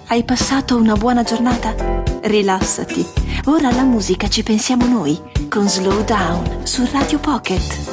Hai passato una buona giornata? Rilassati. Ora alla musica ci pensiamo noi con Slow Down su Radio Pocket.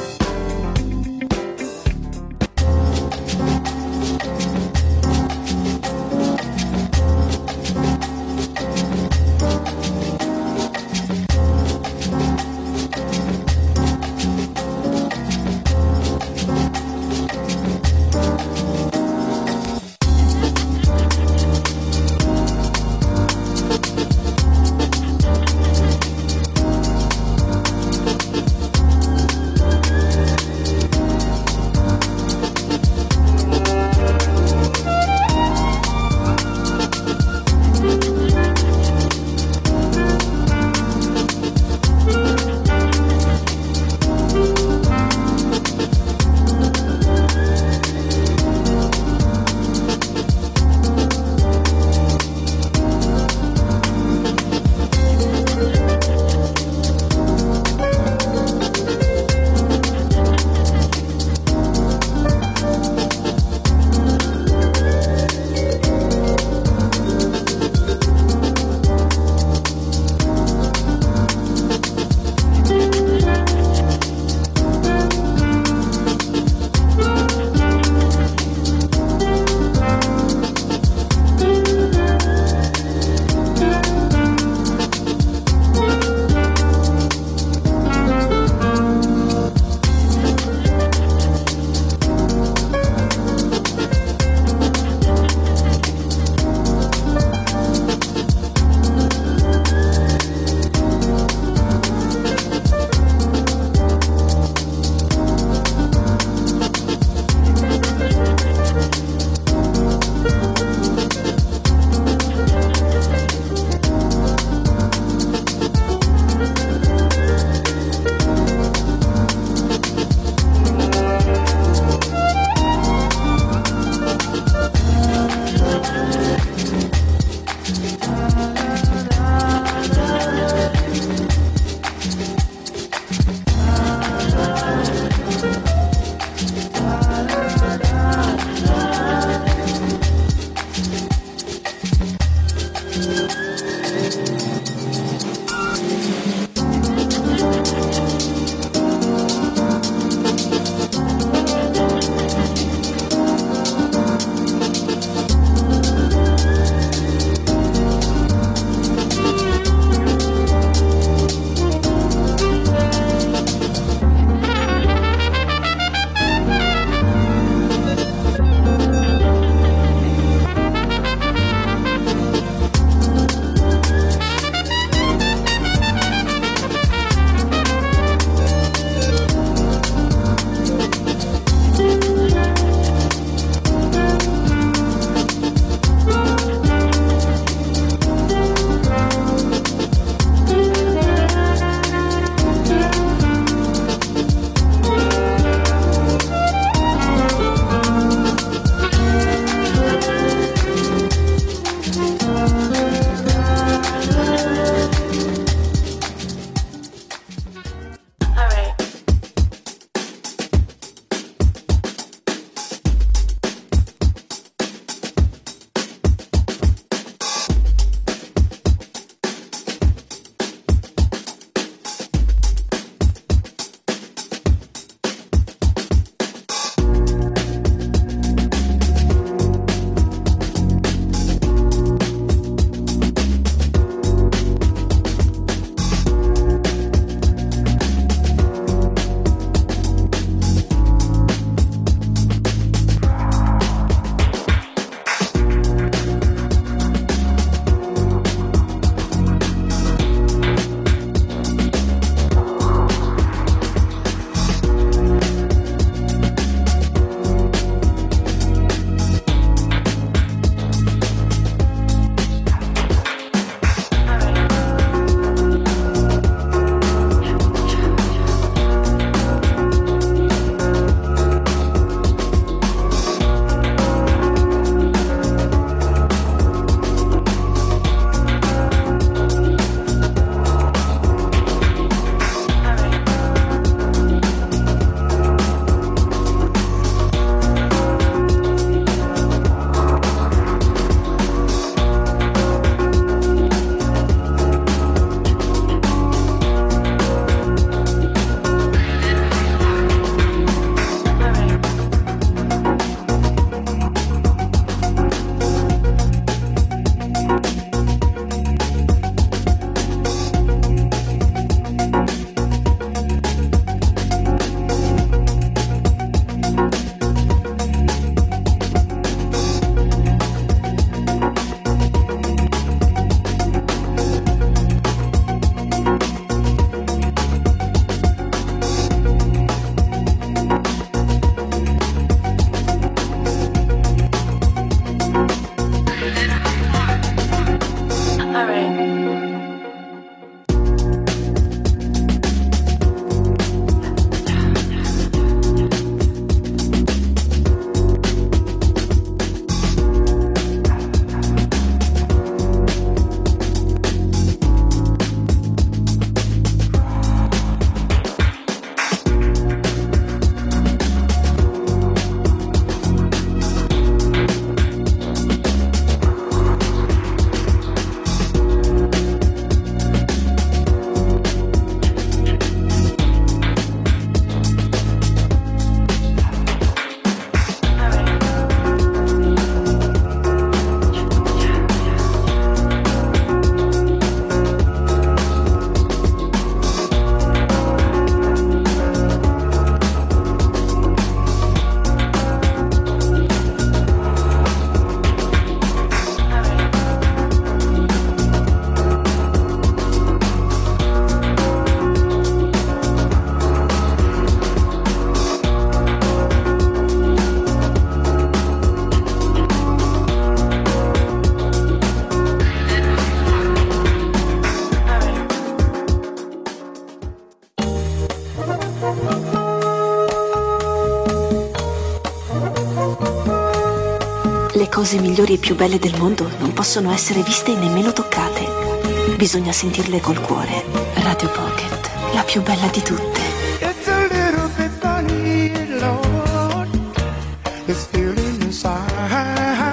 Le cose migliori e più belle del mondo non possono essere viste e nemmeno toccate. Bisogna sentirle col cuore. Radio Pocket, la più bella di tutte. It's a little bit funny, Lord. This feeling inside.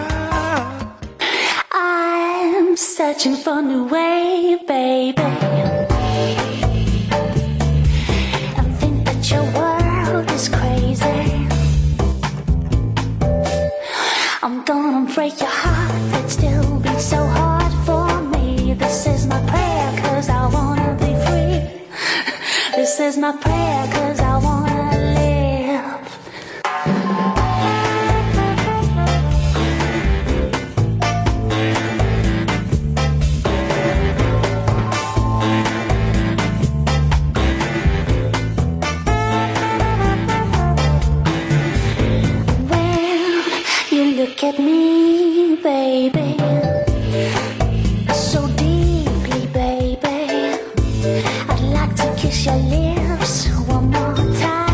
I'm searching for a new way, baby. I think that your world is crazy. I'm gonna break your heart, but still beat so hard for me. This is my prayer, 'cause I wanna be free. This is my prayer, 'cause I wanna live. Look at me, baby, so deeply, baby. I'd like to kiss your lips one more time.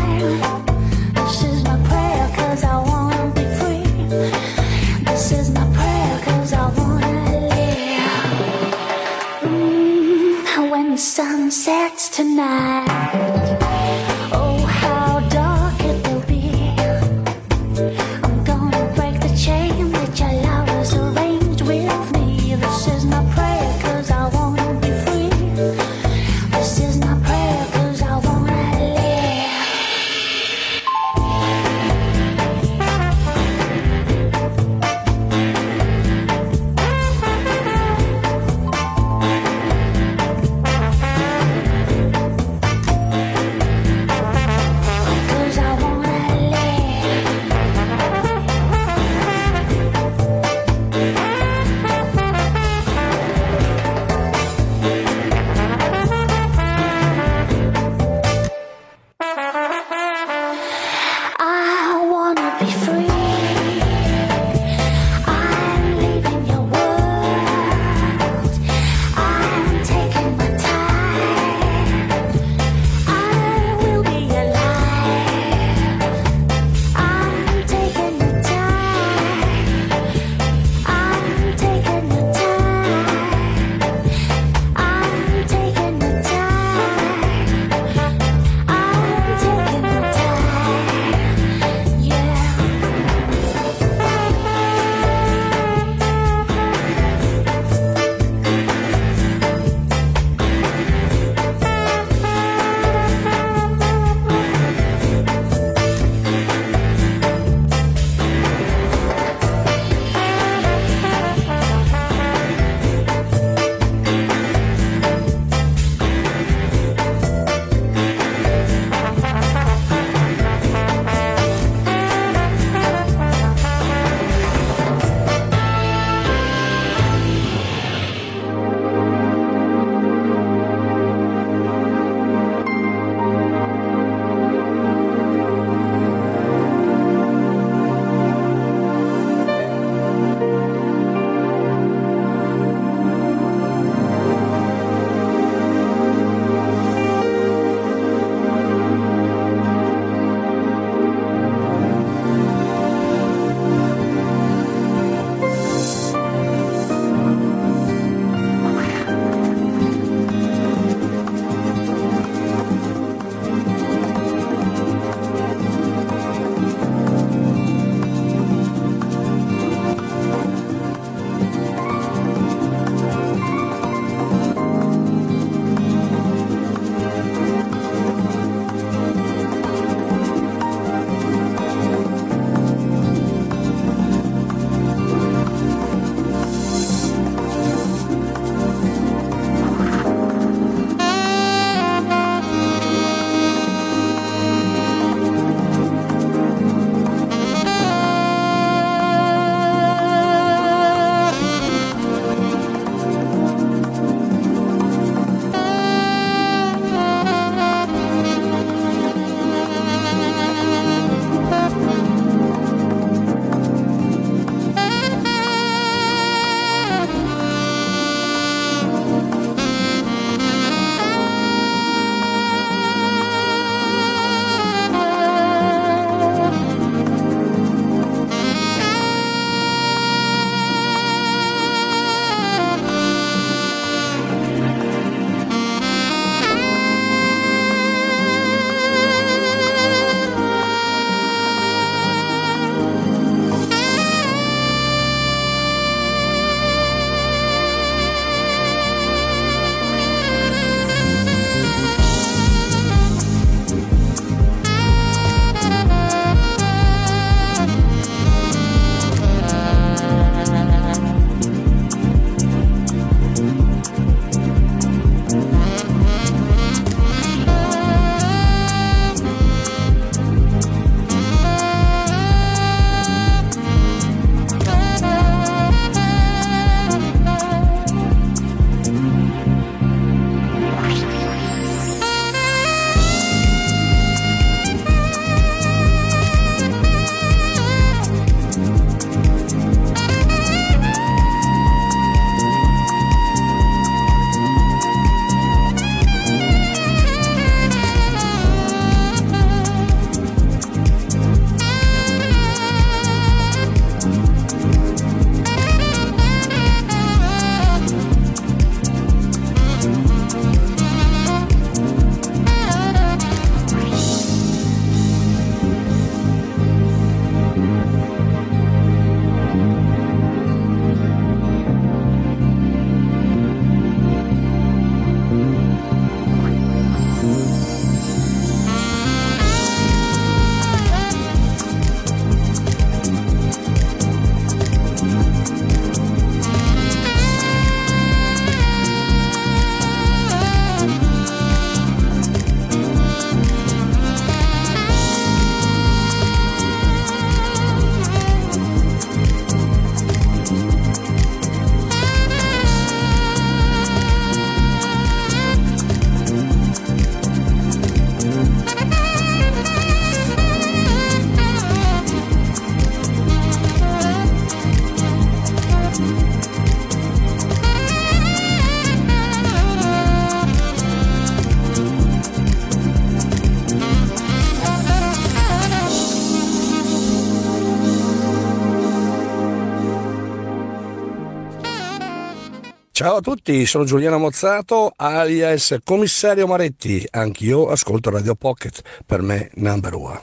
Ciao a tutti, sono Giuliano Mozzato alias Commissario Maretti, anch'io ascolto Radio Pocket, per me number one.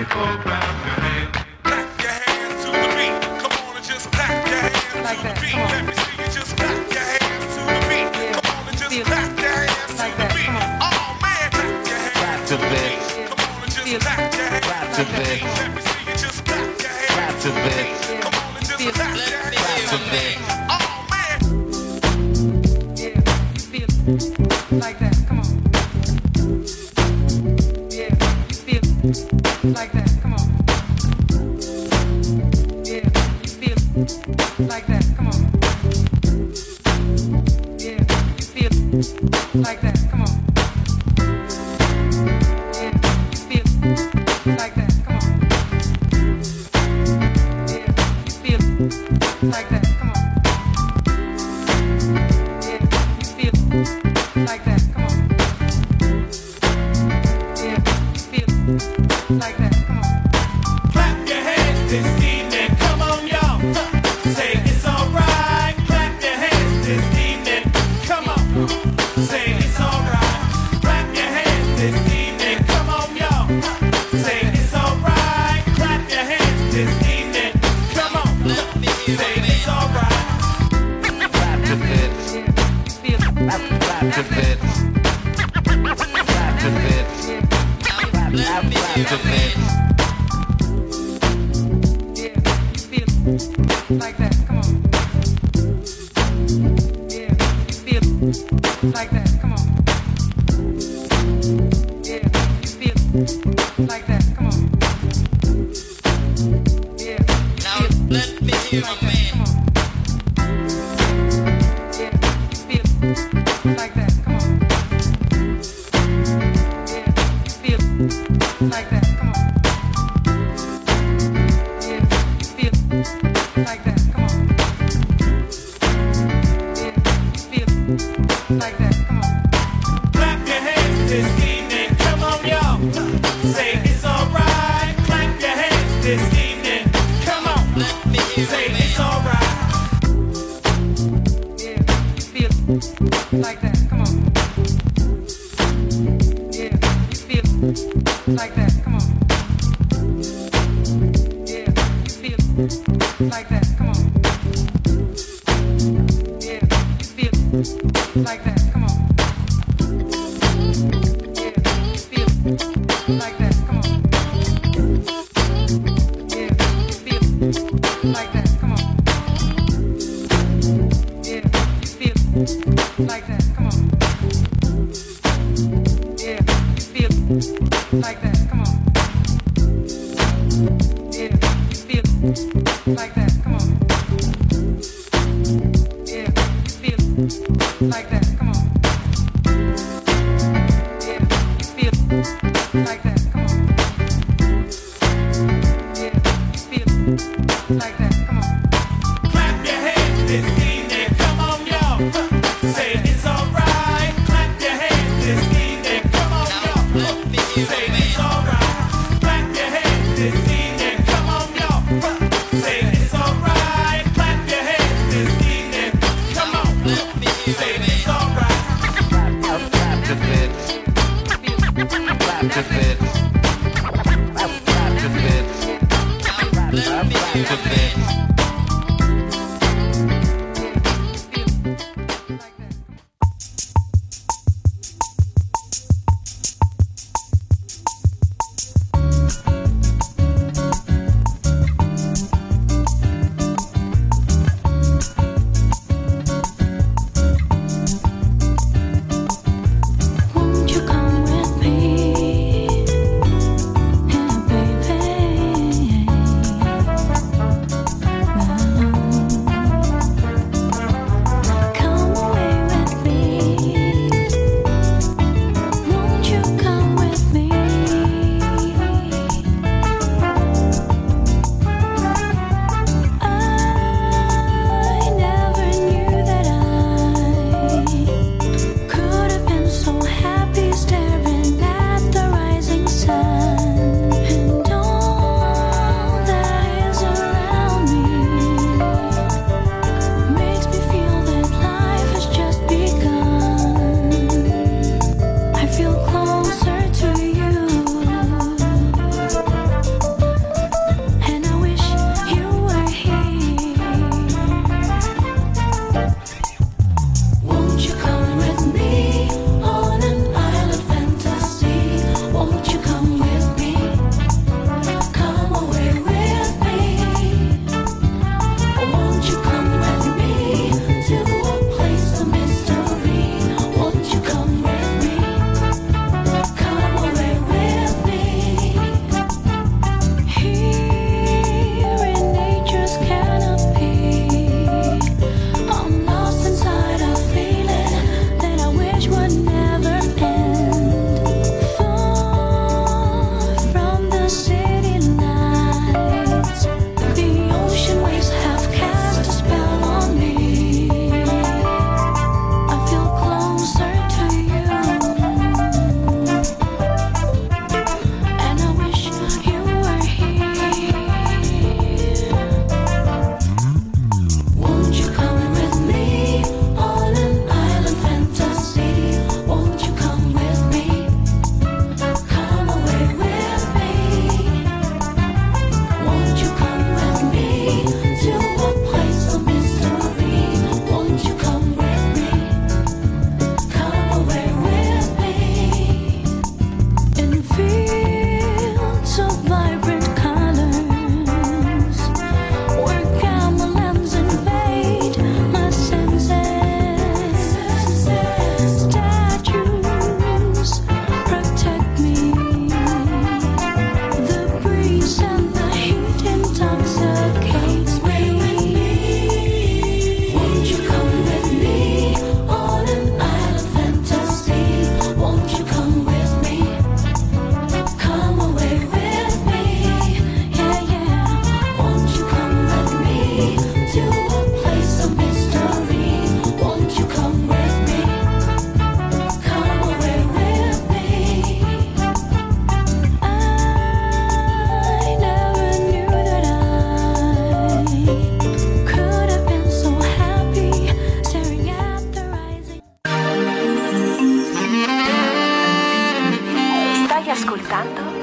Like that, come on. Yeah, you feel like that, come on. Yeah, you feel like that, come on. Yeah, you feel like that, come on. Yeah, you feel like that, come on. Yeah, you feel like that, come on. Yeah, you feel like that, come on. Yeah, you feel like that, come on. Clap your hands this evening, come on y'all. Say it's alright. Clap your hands this evening, come on. Say it's alright. Clap your hands this evening, come on y'all. Say it's alright. Clap your hands this evening, come on. Say it's alright. Clap your hands. Clap your hands. Like that, come on. Yeah, you feel like that, come on. Yeah, you feel like that, come on. Yeah, now let me hear my man. Come on. Yeah, you feel like that, come on. Yeah, you feel like that, come on. Yeah, you feel like that, come on. Yeah, you feel like that, come on. Clap your hands this evening, come on y'all. Say it's alright. Clap your hands this evening, come on. Say it's alright. Yeah, you feel like that, come on. Yeah, you feel like that, come on. Yeah, you feel like that, come on. Yeah, you feel like that, come on. Yeah, you feel like that, come on. Yeah, you feel like that, come on. Yeah, you feel like that, come on. Yeah, you feel like that, come on. Yeah, you feel like that, come on. Yeah, you feel like that, come on. Yeah, you feel like that, come on. Yeah, you feel like that, come on. Clap your hands this evening, come on y'all. Say it's alright. Clap your hands this evening, come on y'all. Say it's alright. Clap your hands this evening, come on y'all. Say it's alright. Clap your hands this evening, come on. Say it's alright. Clap your hands. Clap your hands. Clap your hands. Clap your hands. Won't you come with me, yeah, baby?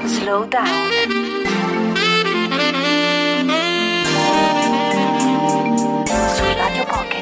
Slow Down. Su Radio Pocket.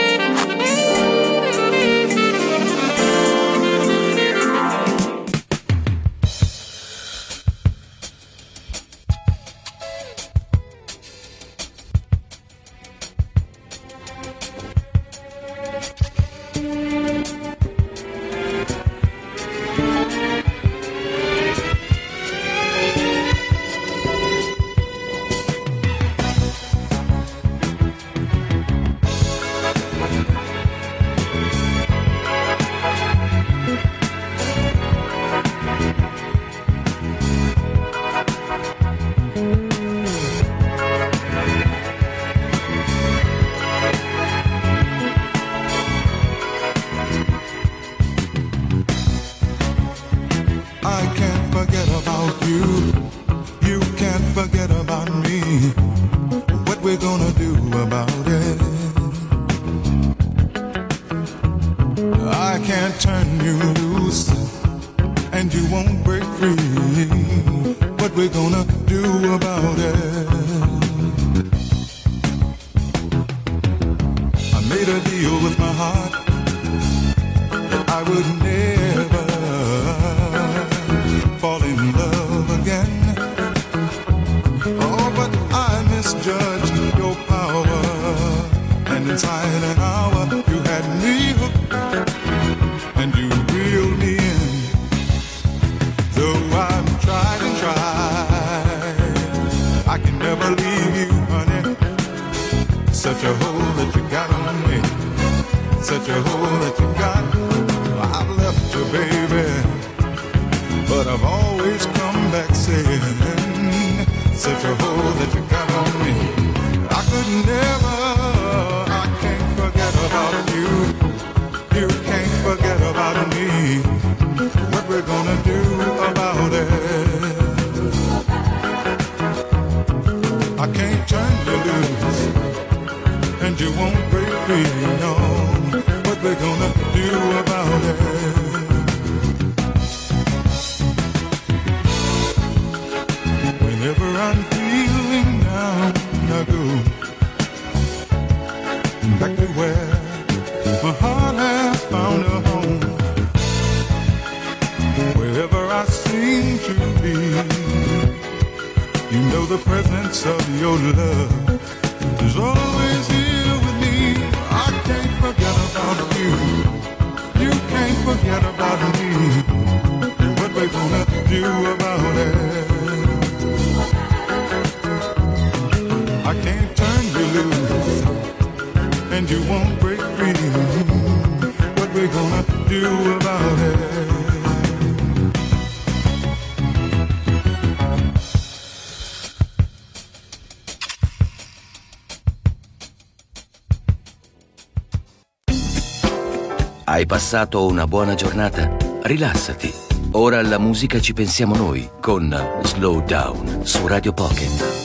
Hai passato una buona giornata? Rilassati. Ora alla musica ci pensiamo noi con Slow Down su Radio Pocket.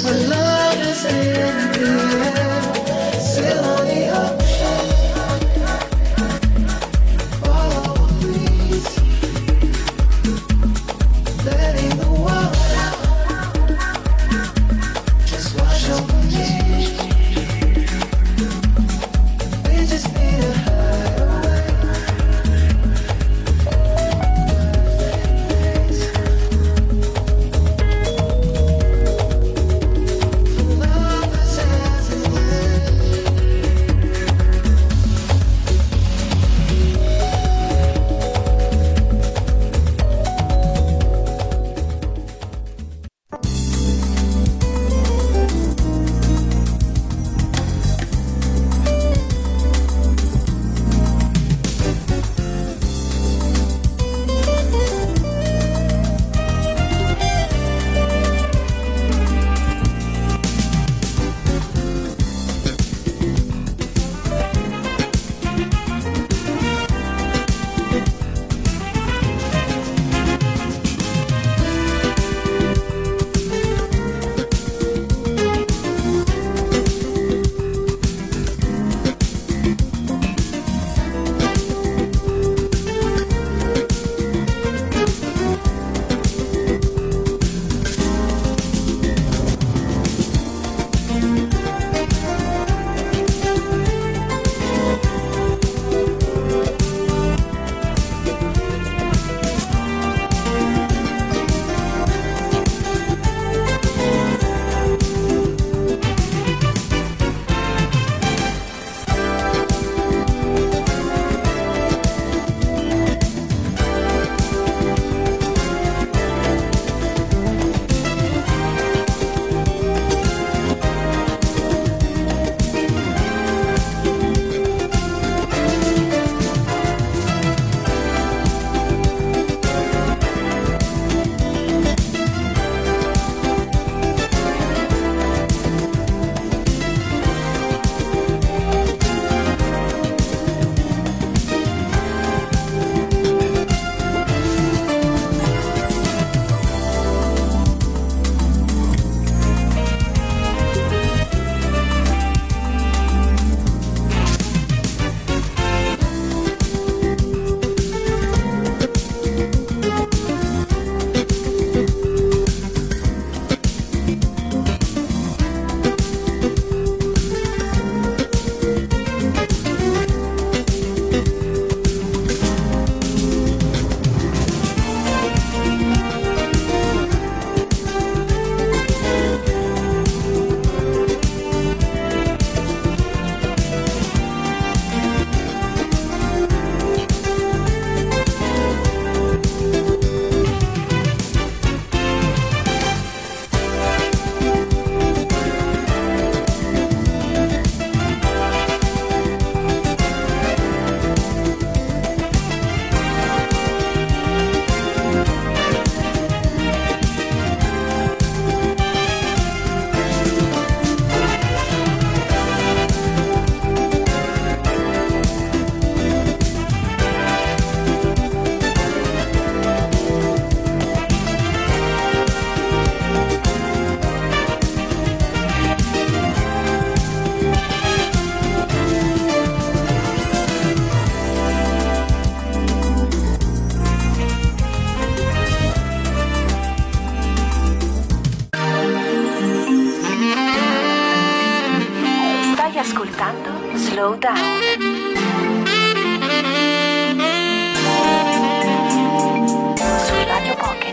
Slow Down. Su Radio Pocket.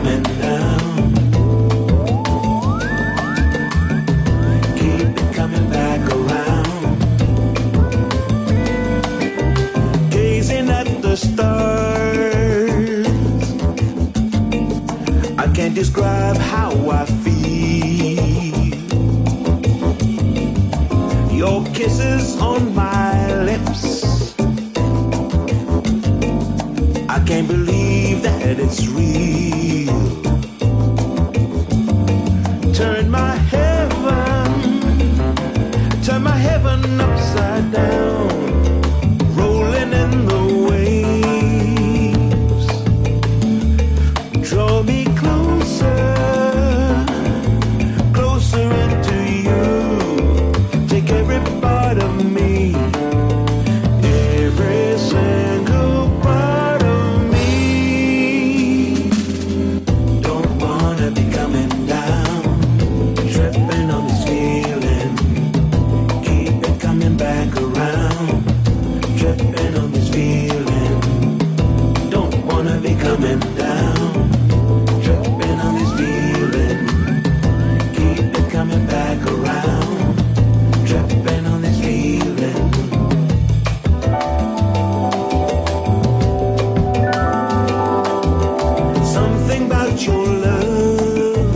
coming down. Keep it coming back around. Gazing at the stars, I can't describe how I feel. Your kisses on my lips, I can't believe that it's real. Turn my heaven upside down, rolling in the waves. Draw me closer, closer into you. Take every part of me, every single part of me. Don't wanna be coming down, tripping on this feeling. Keep it coming back around, tripping on this feeling. Don't wanna be coming down, tripping on this feeling. Keep it coming back around, tripping on this feeling. Something about your love,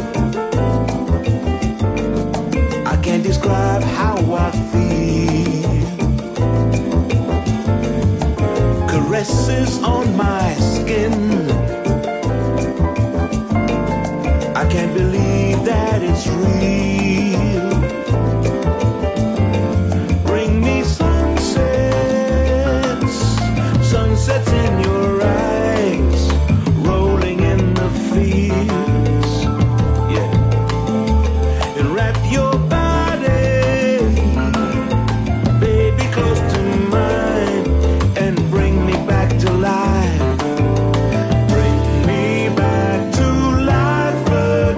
I can't describe how I feel. Caresses on my skin, I can't believe that it's real. Bring me sunsets, sunsets in your eyes, rolling in the fields, yeah. And wrap your body, baby, close to mine, and bring me back to life. Bring me back to life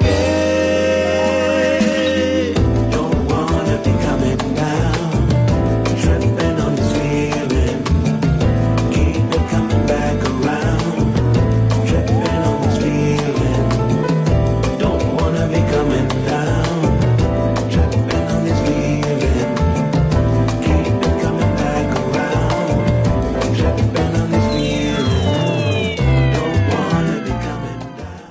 again. Don't wanna be coming down, tripping on this feeling. Keep it coming back around, tripping on this feeling. Don't wanna be coming down, tripping on this feeling. Keep it coming back around, tripping on this feeling. Don't wanna be coming down.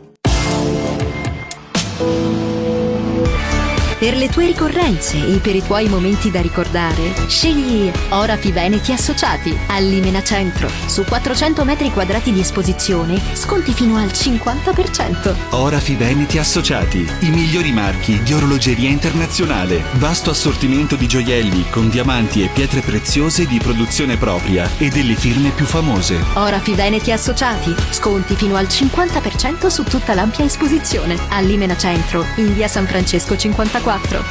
Per le tue ricorrenze e per i tuoi momenti da ricordare, scegli Orafi Veneti Associati a Limena Centro. Su 400 metri quadrati di esposizione, sconti fino al 50%. Orafi Veneti Associati, i migliori marchi di orologeria internazionale. Vasto assortimento di gioielli con diamanti e pietre preziose di produzione propria e delle firme più famose. Orafi Veneti Associati, sconti fino al 50% su tutta l'ampia esposizione. A Limena Centro, in via San Francesco 54.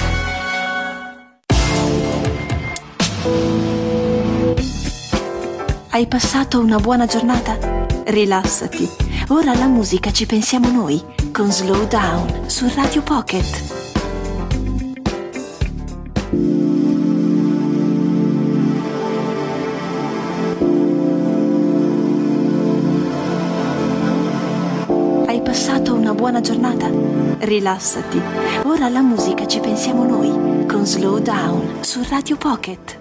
Hai passato una buona giornata? Rilassati. Ora alla musica ci pensiamo noi con Slow Down su Radio Pocket. Hai passato una buona giornata? Rilassati. Ora alla musica ci pensiamo noi con Slow Down su Radio Pocket.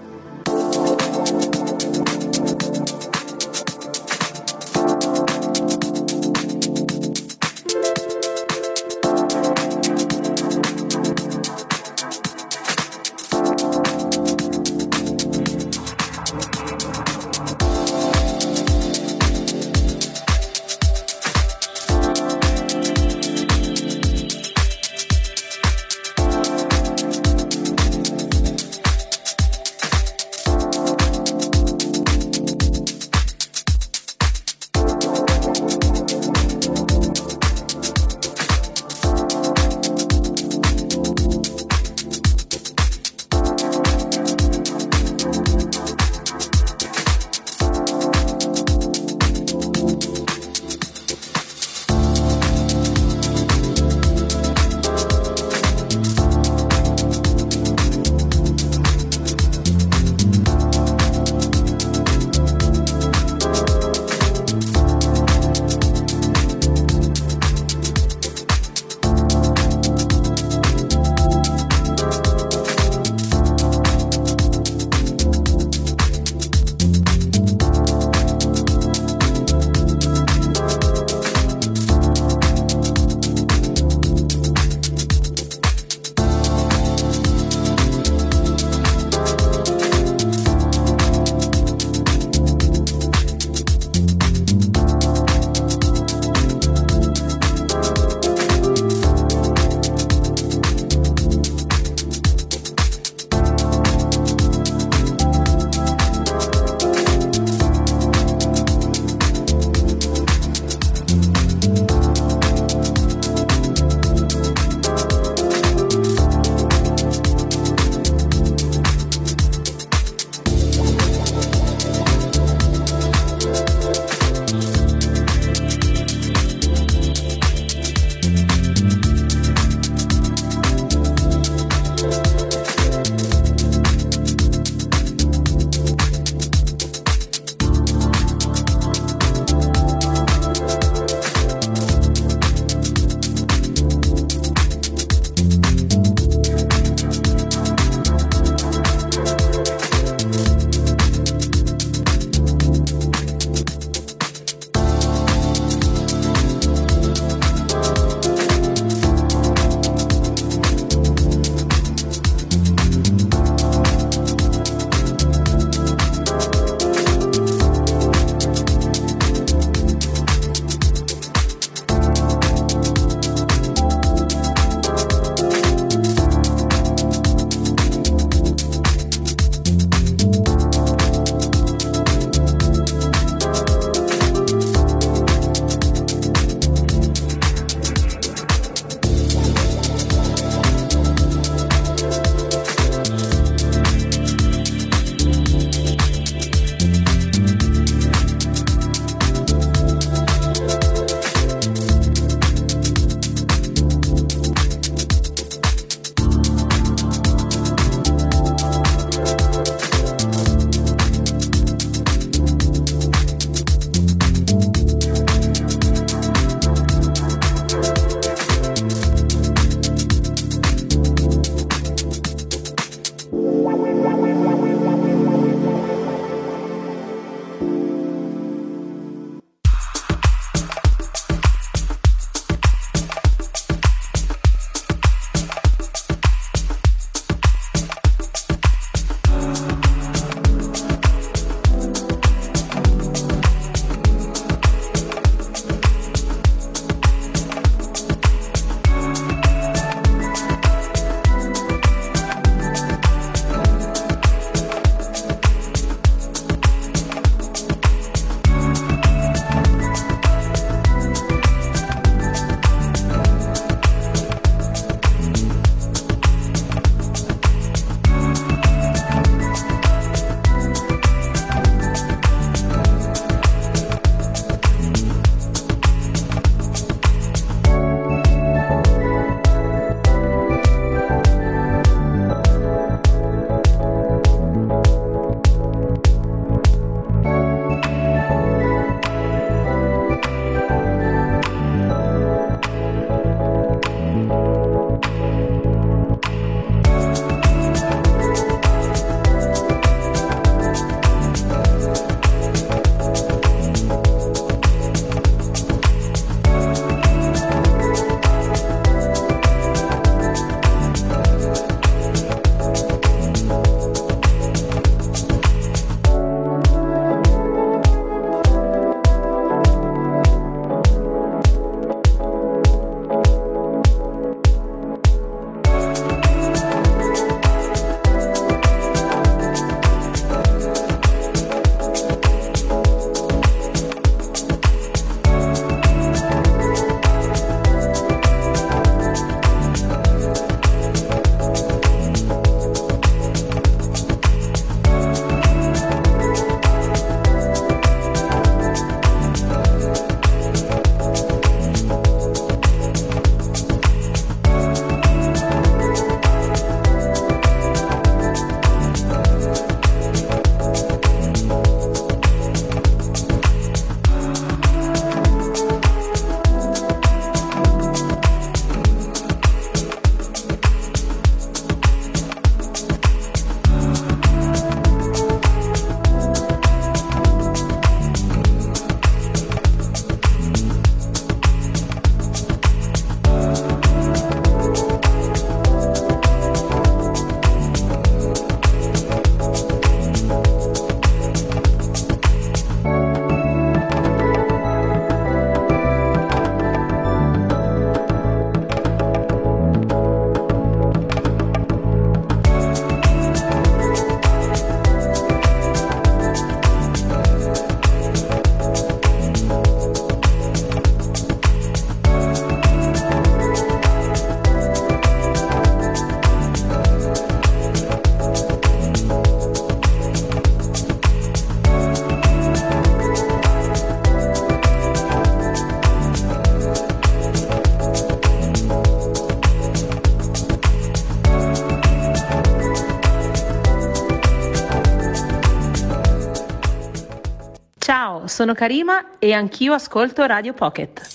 sono Karima e anch'io ascolto Radio Pocket.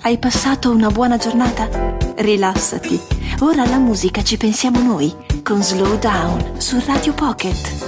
Hai passato una buona giornata? Rilassati. Ora alla musica ci pensiamo noi con Slow Down su Radio Pocket.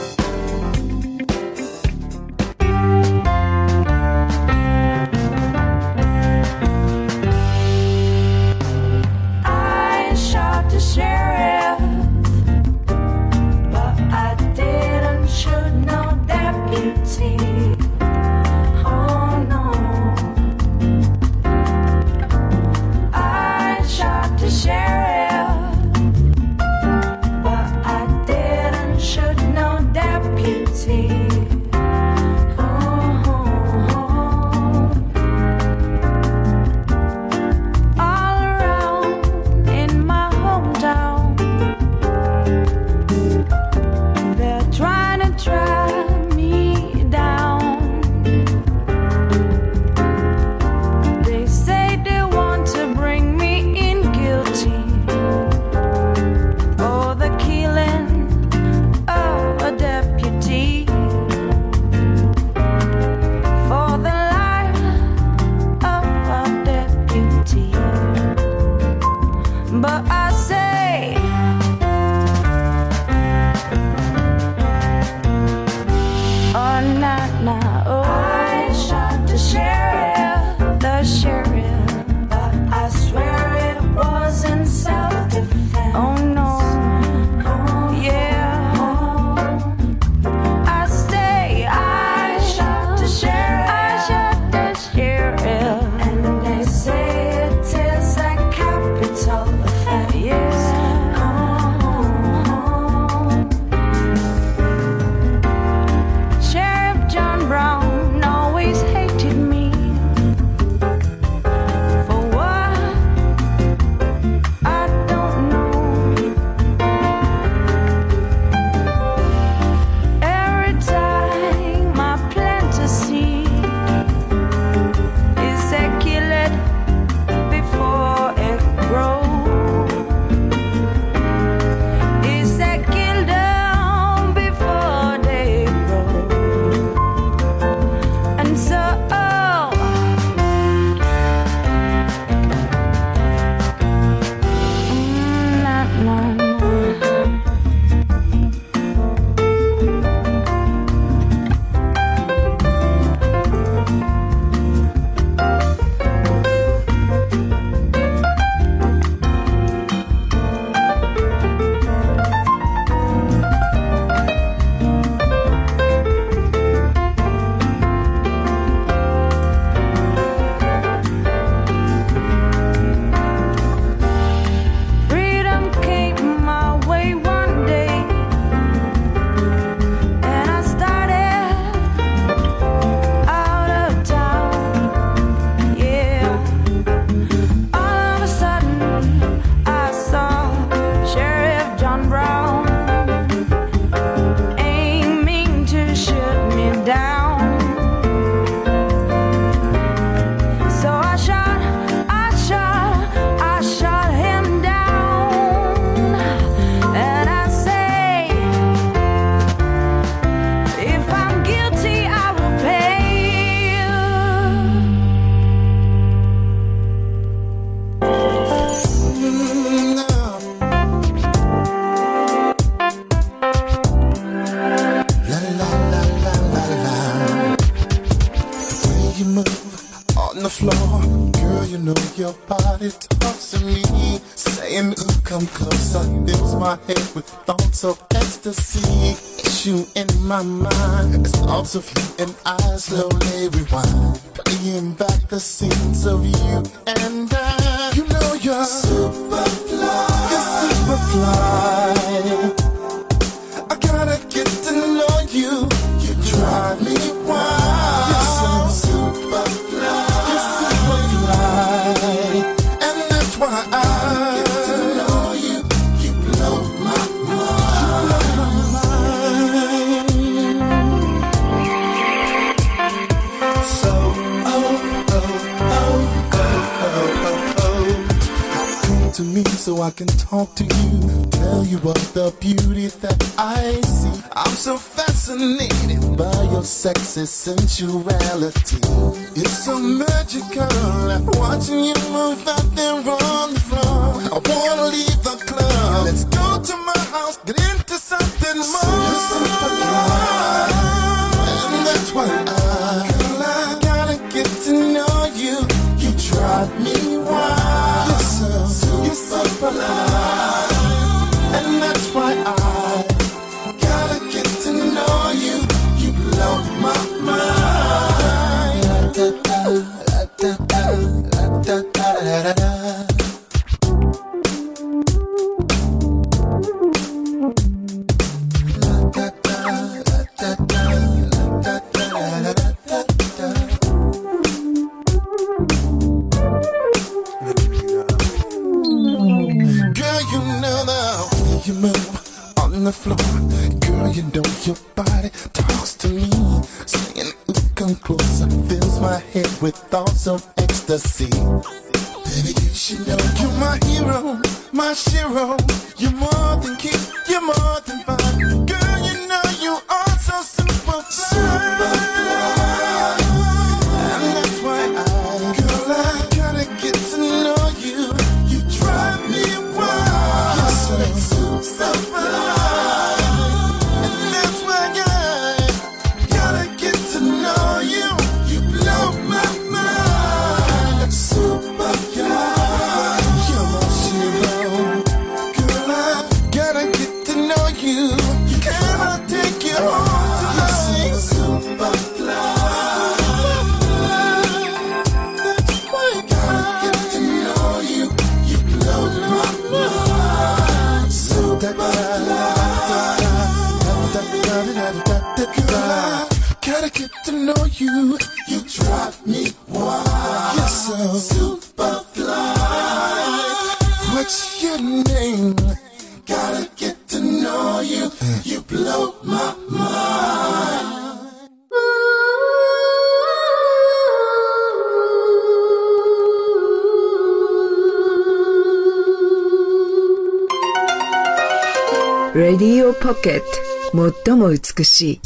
Your body talks to me, saying, ooh, come closer. Fills my head with thoughts of ecstasy. It's you in my mind. It's thoughts of you and I slowly rewind, playing back the scenes of you and I. You know you're super fly. You're super fly. I gotta get to know you. You drive me wild. You're so super fly. You're super fly. And that's why I get to know you. You blow my mind. You blow my mind. So, come to me so I can talk to you. Tell you of the beauty that I see. I'm so fascinated by your sexy sensuality. It's so magical watching you move out there on the floor. I wanna leave the club. Let's go to my house, get into something more. And that's why I gotta get to know you. You drive me wild. You're so polite. And that's why I gotta get to know you. You blow my mind. Da da da da da da da da. You move on the floor, girl, you know your body talks to me, saying, come closer, fills my head with thoughts of ecstasy. Baby, you should know you're my hero, my shero. You're more than cute, you're more than fine. Girl, you know you are so super fly. And that's why I gotta get to know you. You drive me wild. You're so fly. And that's why I gotta get to know you. You blow my mind. Super fly. You're my shero. Girl, I gotta get to know you. Can I take you home tonight? Super fly. That's why I gotta get to know you. You blow my mind. Super fly. Gotta get to know you. You drive me wild. You're so super fly. What's your name? Gotta get to know you. You blow my mind. Radio Pocket 最も美しい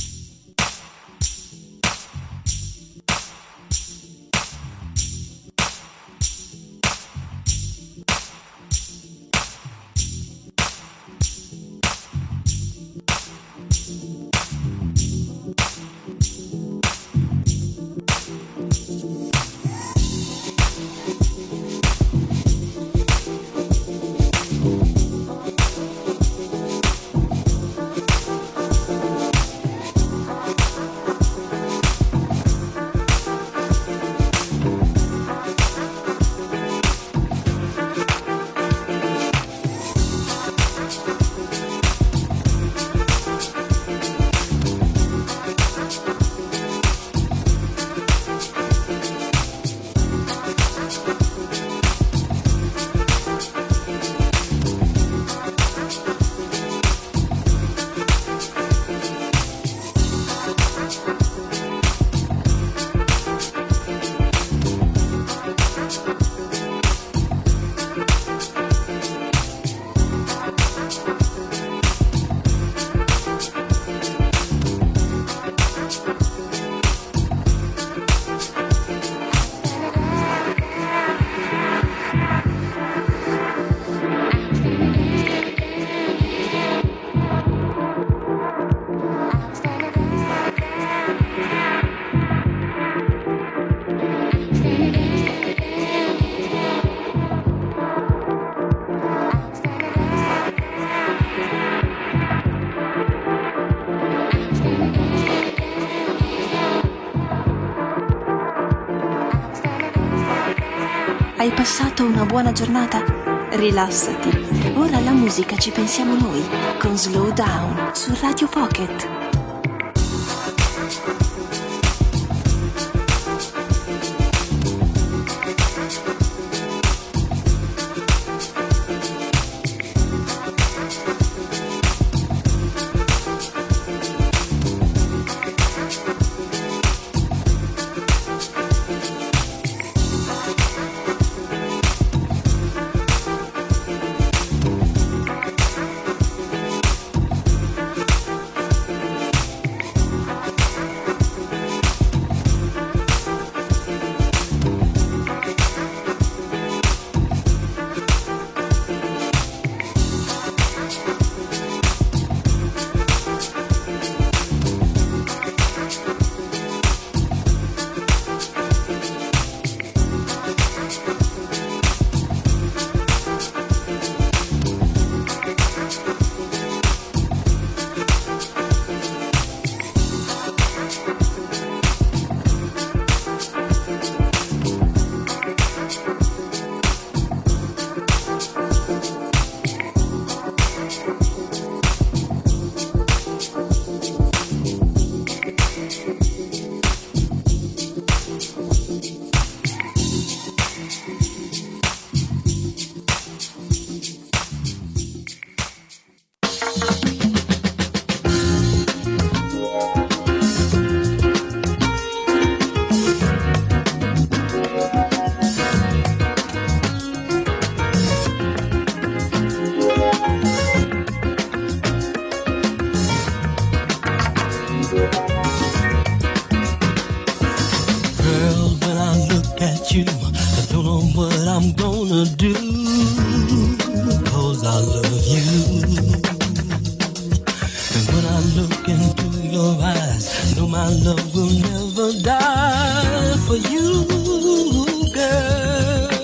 Hai passato una buona giornata? Rilassati. Ora alla musica ci pensiamo noi con Slow Down su Radio Pocket. I love you. And when I look into your eyes, know my love will never die for you, girl.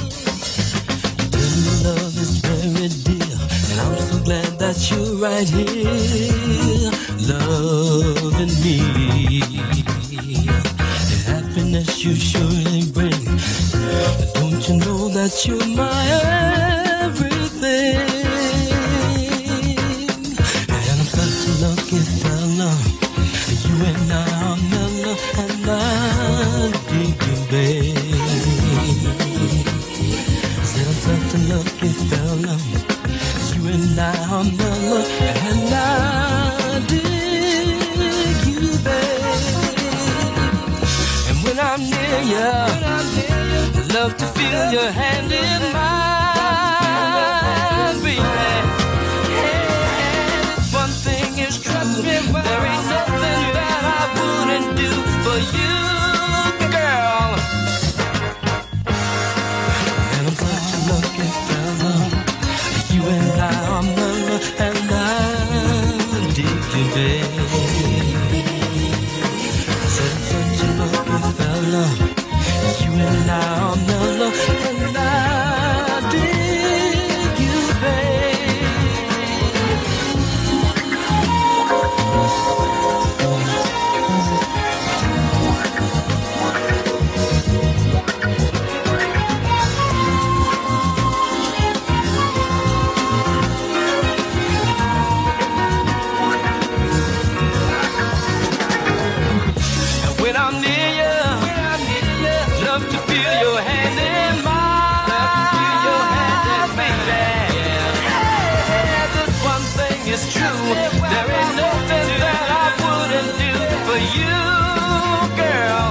Your love is very dear, and I'm so glad that you're right here, loving me. The happiness you surely bring. Don't you know that you're my everything? And I'm such a lucky fella. You and I are mellow, and I dig you, babe. Said I'm such a lucky fella. You and I are mellow, and I dig you, babe. And when I'm near you, love to feel your hand in mine, baby. And one thing is, trust me, there ain't nothing that I wouldn't do for you, girl. And I'm such a lucky fella. You and I are mellow, and I dig you, baby. Said I'm such a lucky fella. You and I are mellow, and I dig you, babe. And when I'm near you, love to feel your hand in mine. Love to feel your hand in mine, baby. Hey, this one thing is true. There ain't nothing that I wouldn't do for you, girl.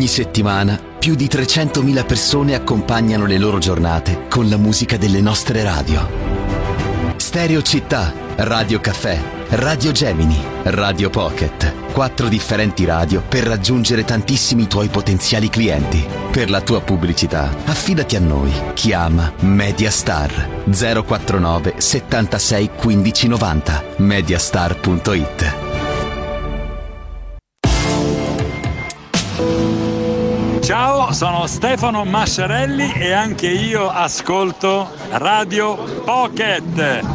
settimana più di 300.000 persone accompagnano le loro giornate con la musica delle nostre radio. Stereo Città, Radio Caffè, Radio Gemini, Radio Pocket. 4 differenti radio per raggiungere tantissimi tuoi potenziali clienti. Per la tua pubblicità, affidati a noi. Chiama Mediastar 049 76 15 90. Mediastar.it. Ciao, sono Stefano Masciarelli e anche io ascolto Radio Pocket.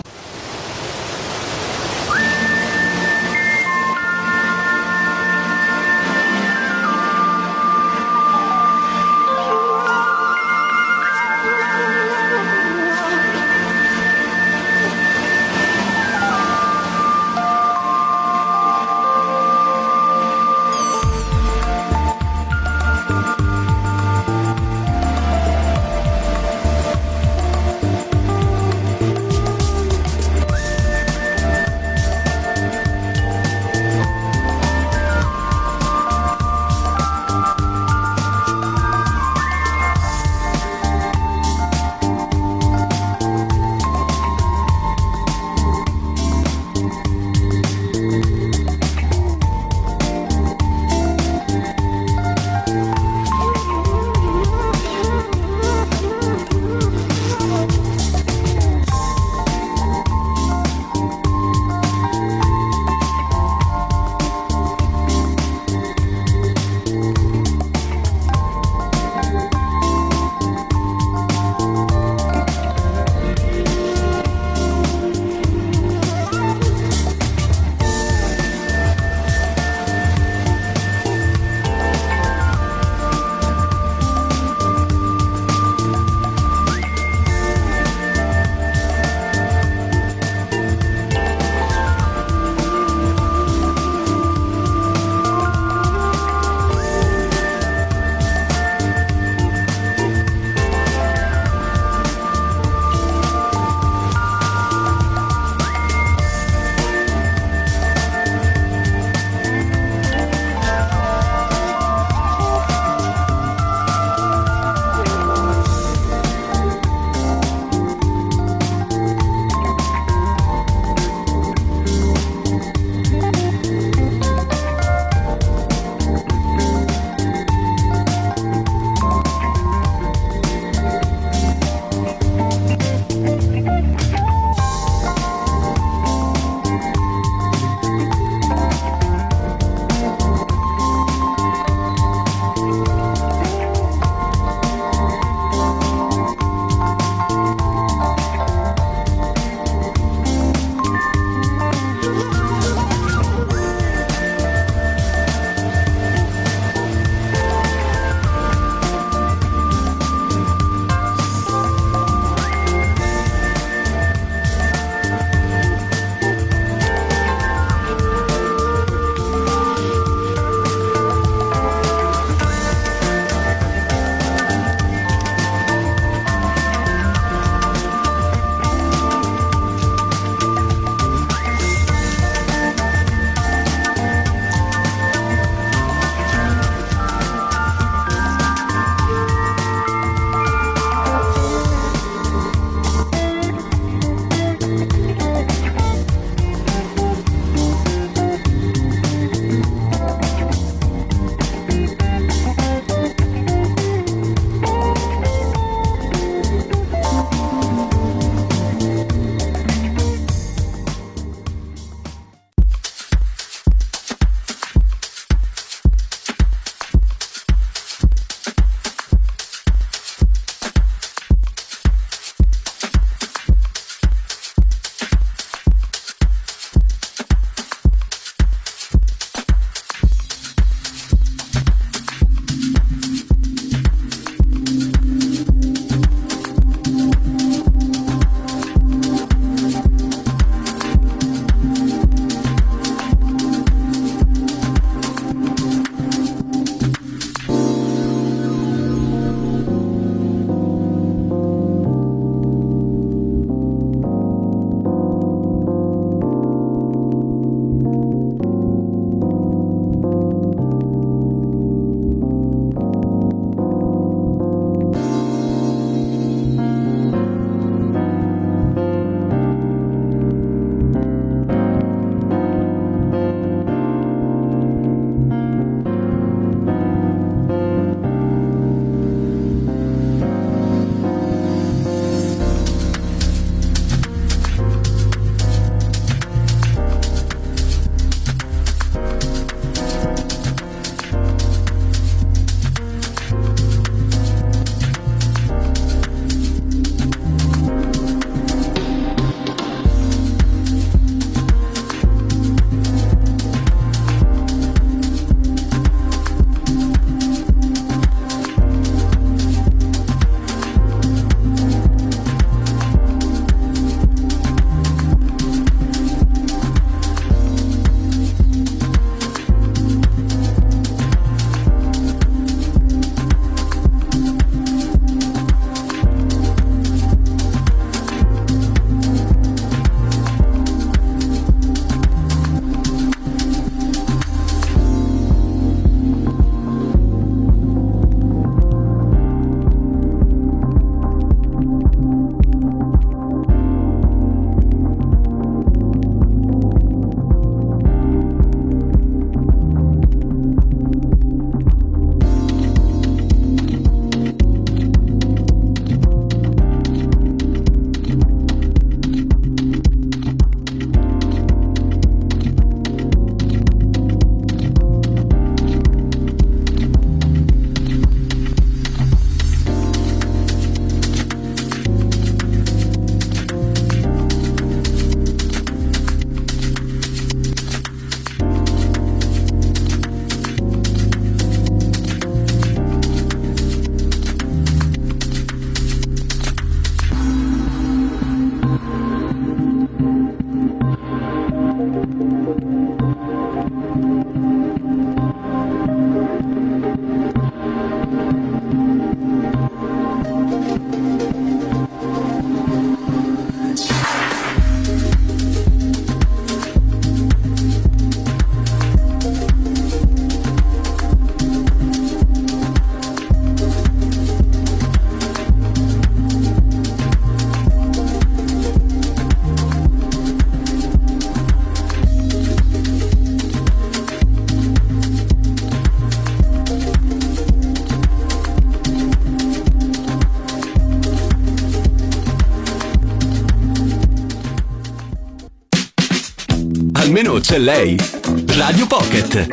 almeno c'è lei. Radio Pocket.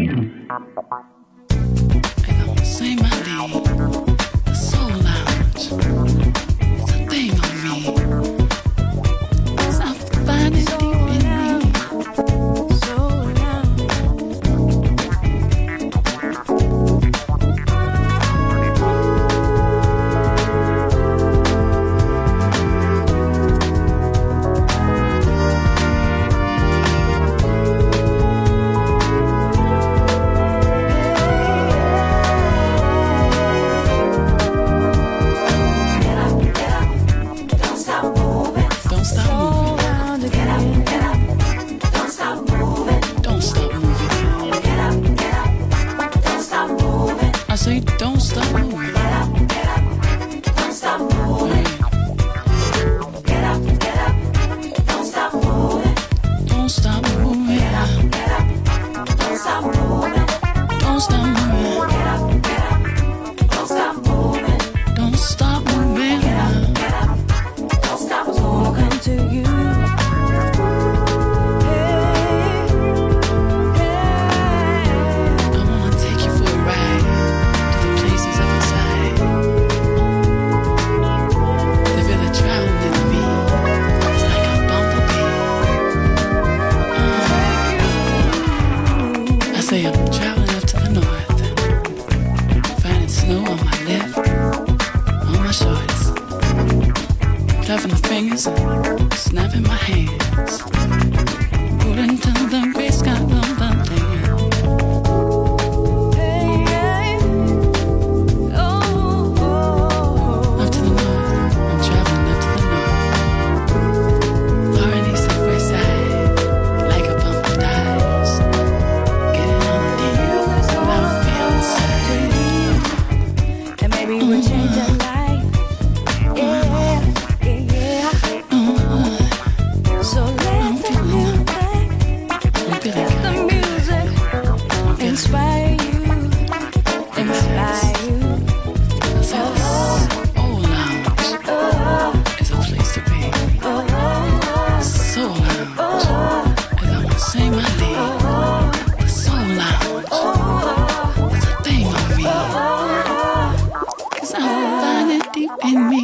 Say my name, the Soul Lounge. It's a thing on me. 'Cause I find it deep in me. Soul don't stop moving. Get up, don't stop moving. Get up, don't stop moving. Don't stop moving. Get up, don't stop moving. Don't stop moving. Get up, don't stop moving. Don't stop moving. Get up, don't stop moving. To you. Say I'm traveling up to the north, finding snow on my left, on my shorts, clapping my fingers, snapping my hands, pulling to the gray sky of the land. Up to the north, I'm traveling up to the north, far and east and west side, like a bump of dice. And maybe we'll change our life. Yeah, yeah, yeah. So let the music inspire you, inspire you. Soul Lounge is a place to be. Soul Lounge, and I want to say my name. The Soul Lounge, it's a thing on me. 'Cause I find it deep in me.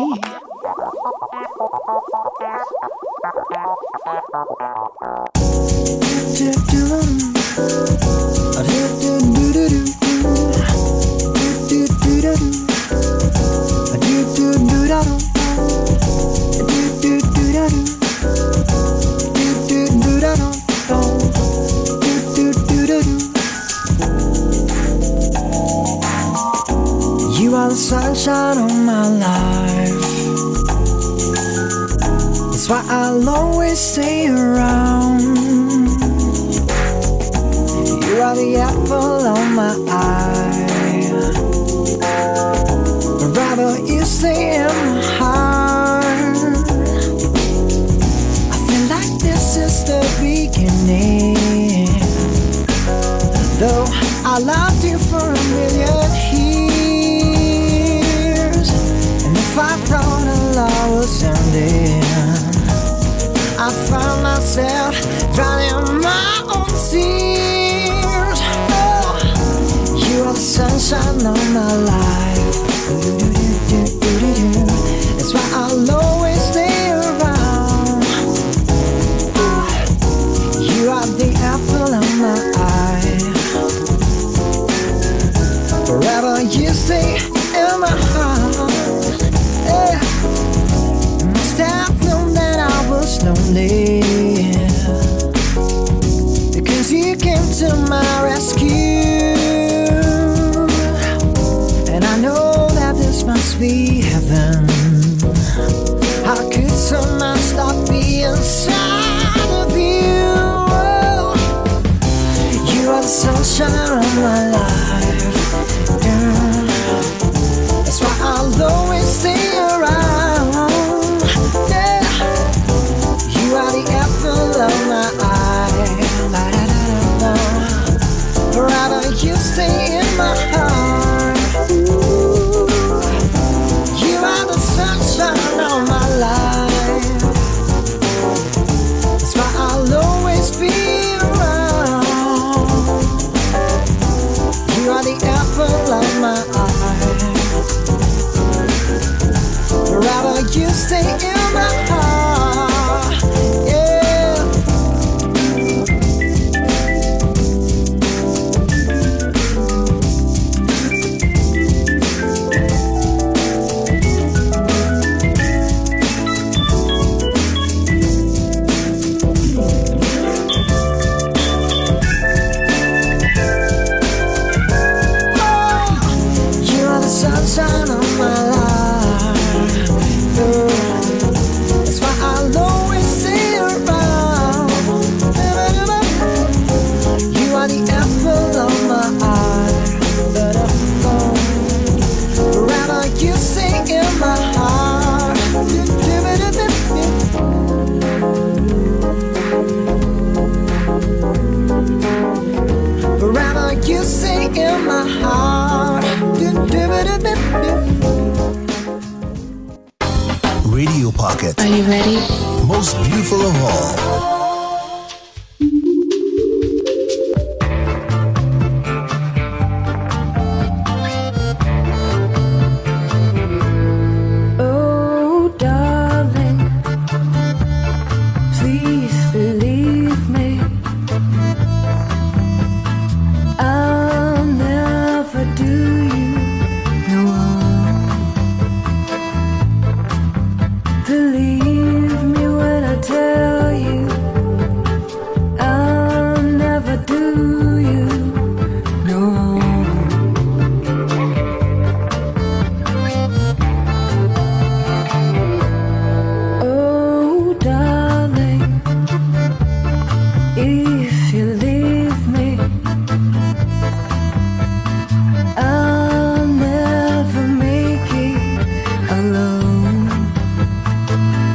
You are the sunshine of my life. That's why I'll always stay around. You are the apple of my eye. Rather you stay in my heart. I feel like this is the beginning. Though I loved you for a million years, and if I thought our love was ending, I found myself drowning my own tears. Oh, you are the sunshine of my life. That's why I'll always stay around. You are the apple of my eye. Forever you stay in my heart. Yeah. You must have you stay in my heart. Yeah. You are the sunshine of my life. That's why I'll always stay around. You are the apple of my eye. Forever you stay in my heart. Forever you stay in my heart. Radio Pocket. Are you ready? Most beautiful of all. Oh, darling, please believe me. I'll never do you no harm. Believe me when I tell you I'll never do you no harm. Oh, darling, if you leave me, I'll never make it alone.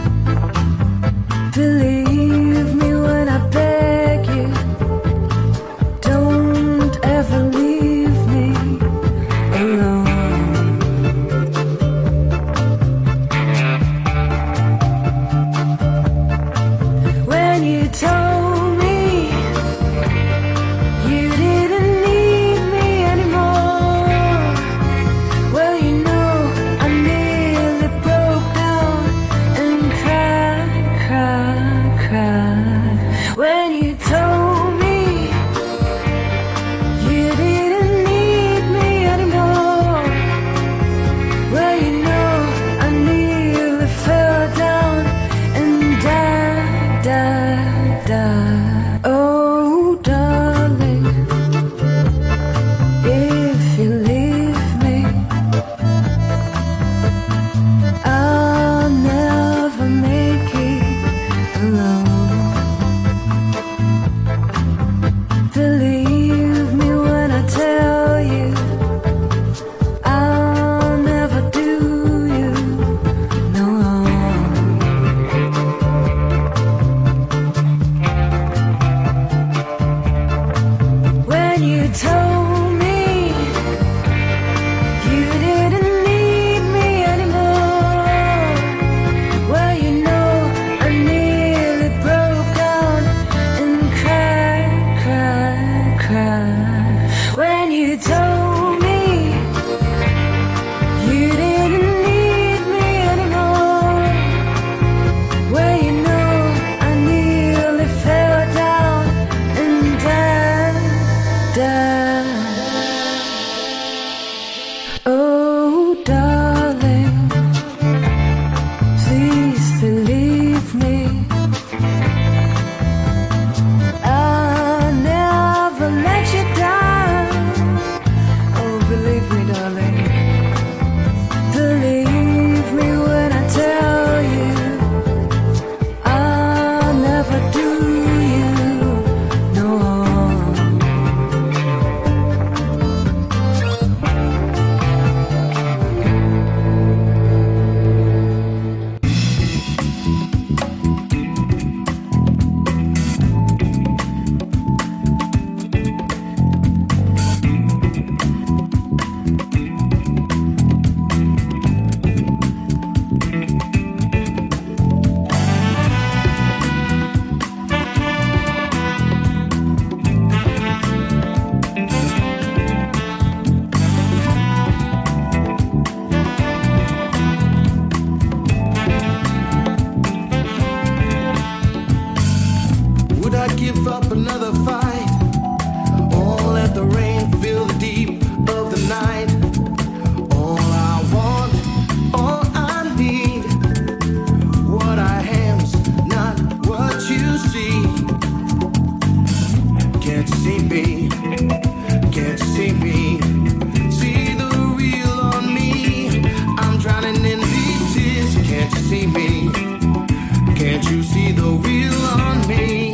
up another fight. Oh, let the rain fill the deep of the night. All I want, all I need, what I am's not what you see. Can't you see me? Can't you see me? See the real on me. I'm drowning in these tears. Can't you see me? Can't you see the real on me?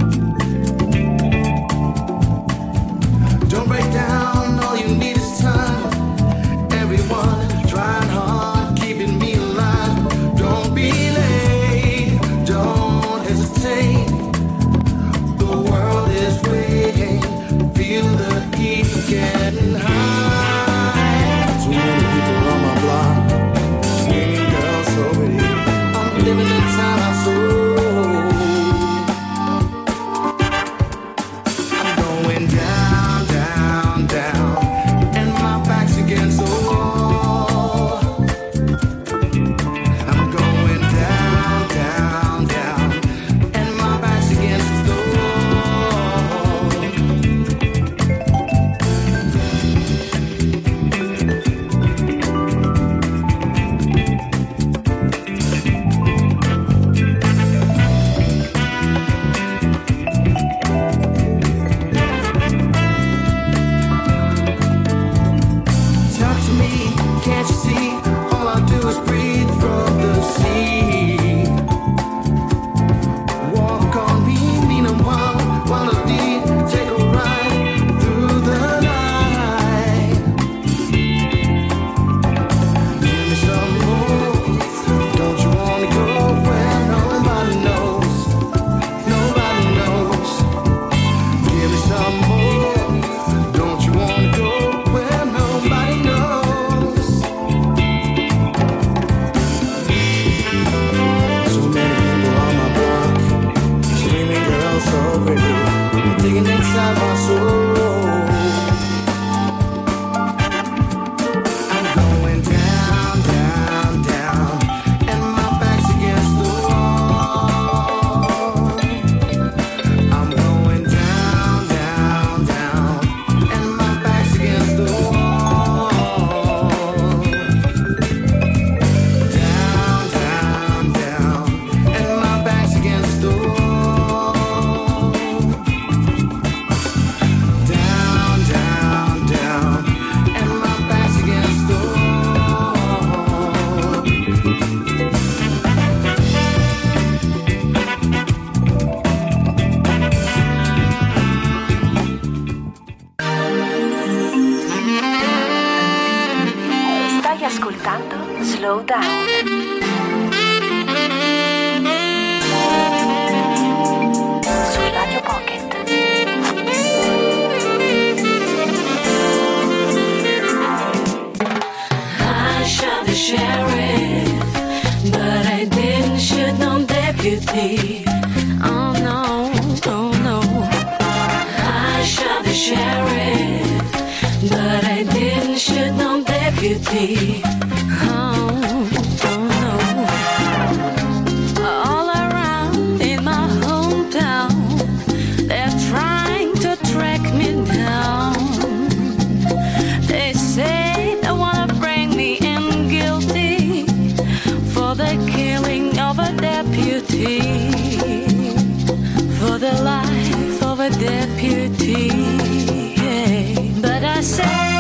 Don't break down, all you need is time. Everyone trying hard, keeping me alive. Don't be late, don't hesitate. The world is waiting. Feel the heat getting high. Too many people on my block, too many girls over here. I'm living the time I sold. I'm going down, down, down, and my back's against the wall. I'm going down, down, down, and my back's against the wall. Talk to me, can't you see? All I do is breathe from the sea. Walk on me, mean I'm one of these. Take a ride through the night. Give me some more. Don't you wanna go where nobody knows? Nobody knows. Give me some more. Don't you wanna go where nobody knows? So many people on my block, screaming girls so pretty, digging inside my soul. I'm going down, down, down, and my back's against the wall. I'm going down, down, down, and my back's against the wall. Down, down, down, and my back's against the wall. Down, down, down, and my back's against the wall. Stai ascoltando Slow Down. Su Radio Pocket. I shot the sheriff, but I didn't shoot no deputy. Oh no, oh no. I shot the sheriff, but I didn't shoot no deputy. Oh, oh no. All around in my hometown, they're trying to track me down. They say they wanna bring me in guilty for the killing of a deputy, for the life of a deputy. Yeah. But I say,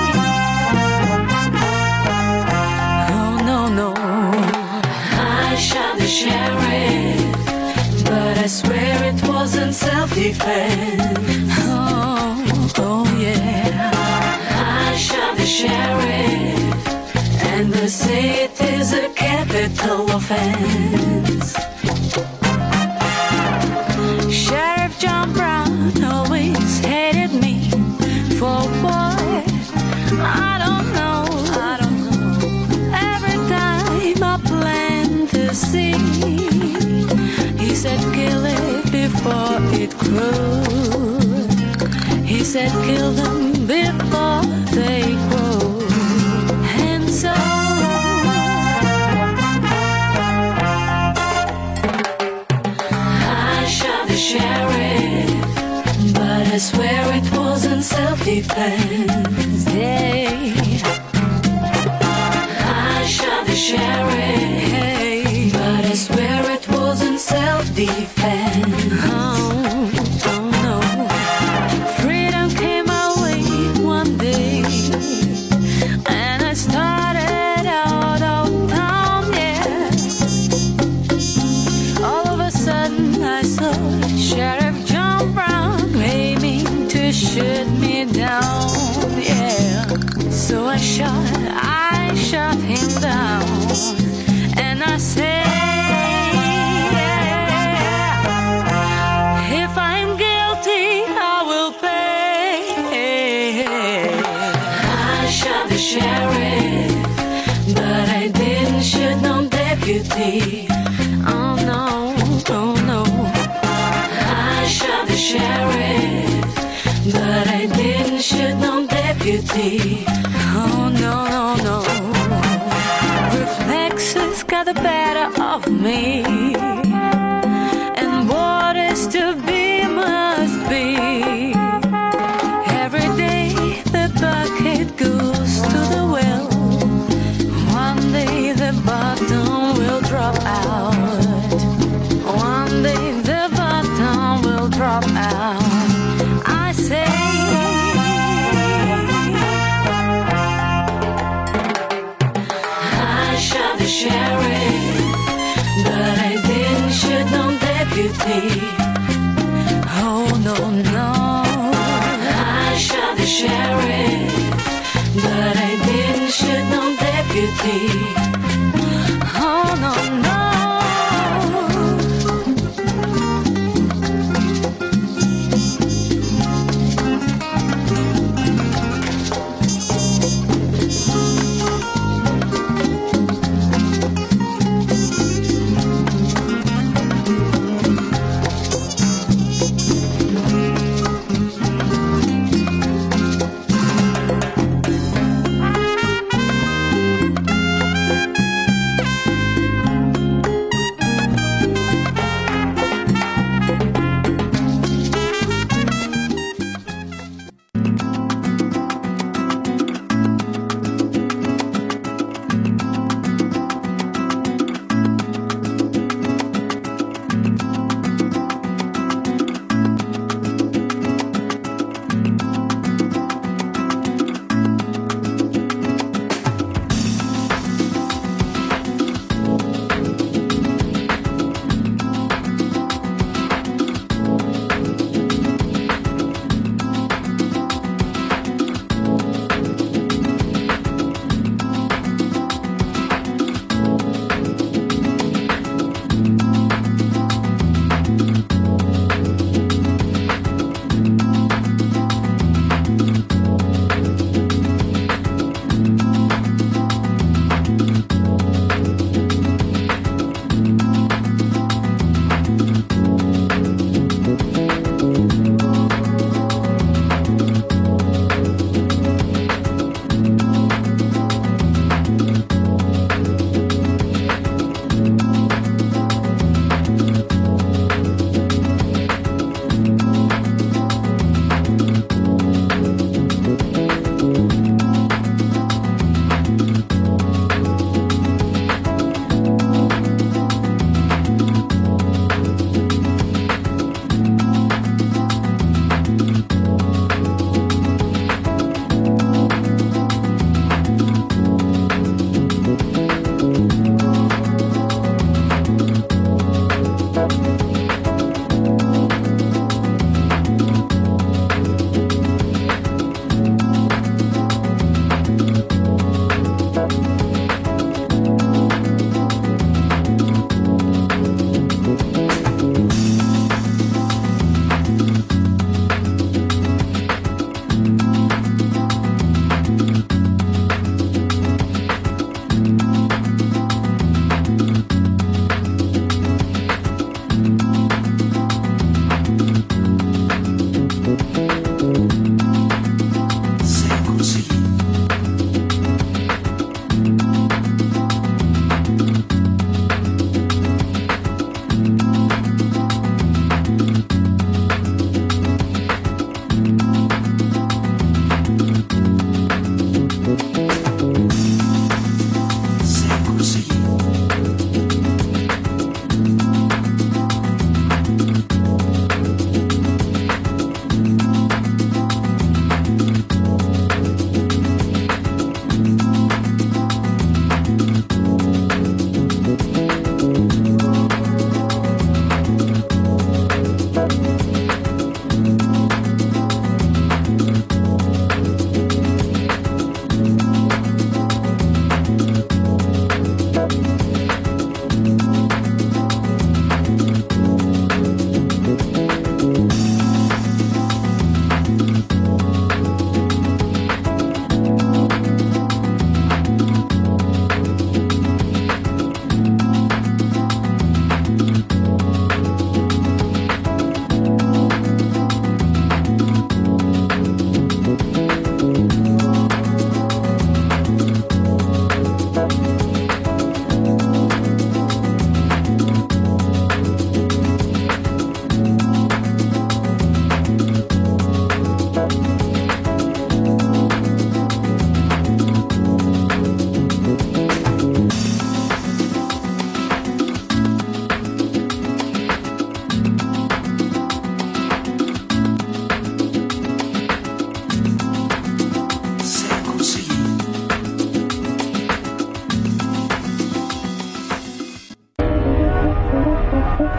oh no, no. I shot the sheriff, but I swear it wasn't self-defense. Oh, oh yeah. I shot the sheriff, and they say it is a capital offense. Sheriff John Brown always hated me for what? I don't know. I don't know. Every time I plant a seed, he said kill it before it grew. He said kill them before they grow. And so I shot the sheriff, self-defense. Hey, I shot the sheriff, hey, but I swear it wasn't self-defense. Oh, oh no. Freedom came my way one day, and I started out of town, yeah. All of a sudden I saw Sheriff John Brown aiming to shoot me down, yeah. So I shot him down, and I said, if I'm guilty, I will pay. I shot the sheriff, but I didn't shoot no deputy. Oh no, oh no. I shot the sheriff, but I didn't shoot no deputy. Oh no, no, no. Reflexes got the better of me, and what is to be must be. Every day the bucket goes to the well. One day the bottom will drop out. One day the bottom will drop out. I say, I shot the sheriff, but I didn't shoot no deputy. Oh no, no. I shot the sheriff, but I didn't shoot no deputy. Oh no, no.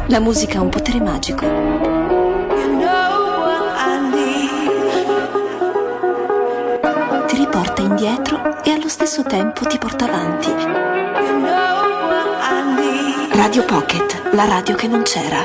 La musica ha un potere magico. Ti riporta indietro e allo stesso tempo ti porta avanti. Radio Pocket, la radio che non c'era.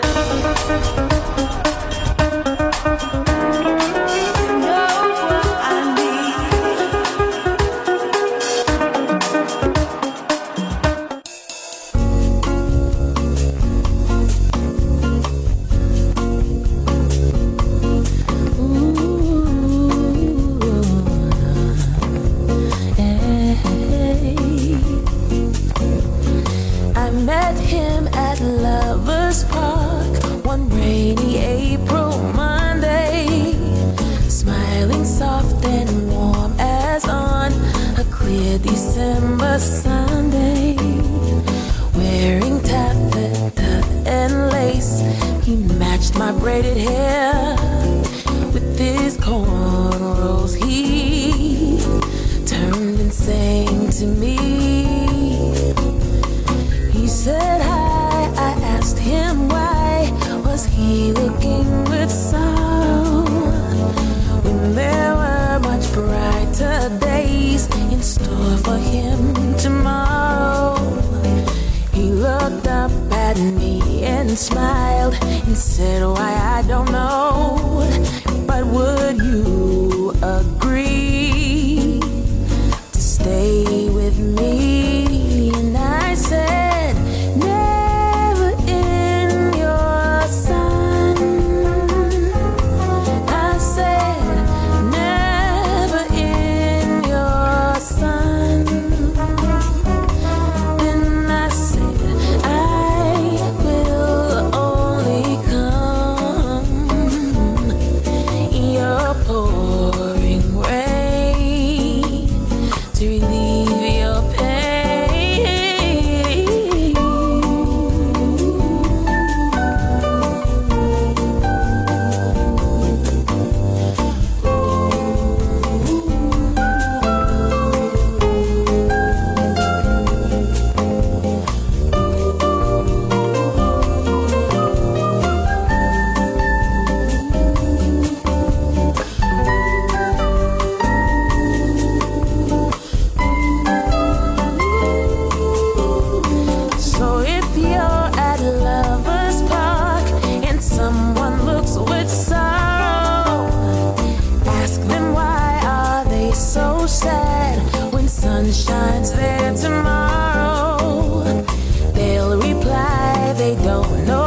December Sunday, wearing taffeta and lace. He matched my braided hair with his cornrows. He turned and sang to me. He said hi, I asked him why. Was he looking with sorrow when there were much brighter days in store for him tomorrow? He looked up at me and smiled and said, why, I don't know, but would you agree to stay with me? And I said, never in your sun. I said, never in your sun. Then I said, I will only come in your pouring rain to relieve your pain. So if you're at Lover's Park and someone looks with sorrow, ask them why are they so sad when sun shines there tomorrow. They'll reply they don't know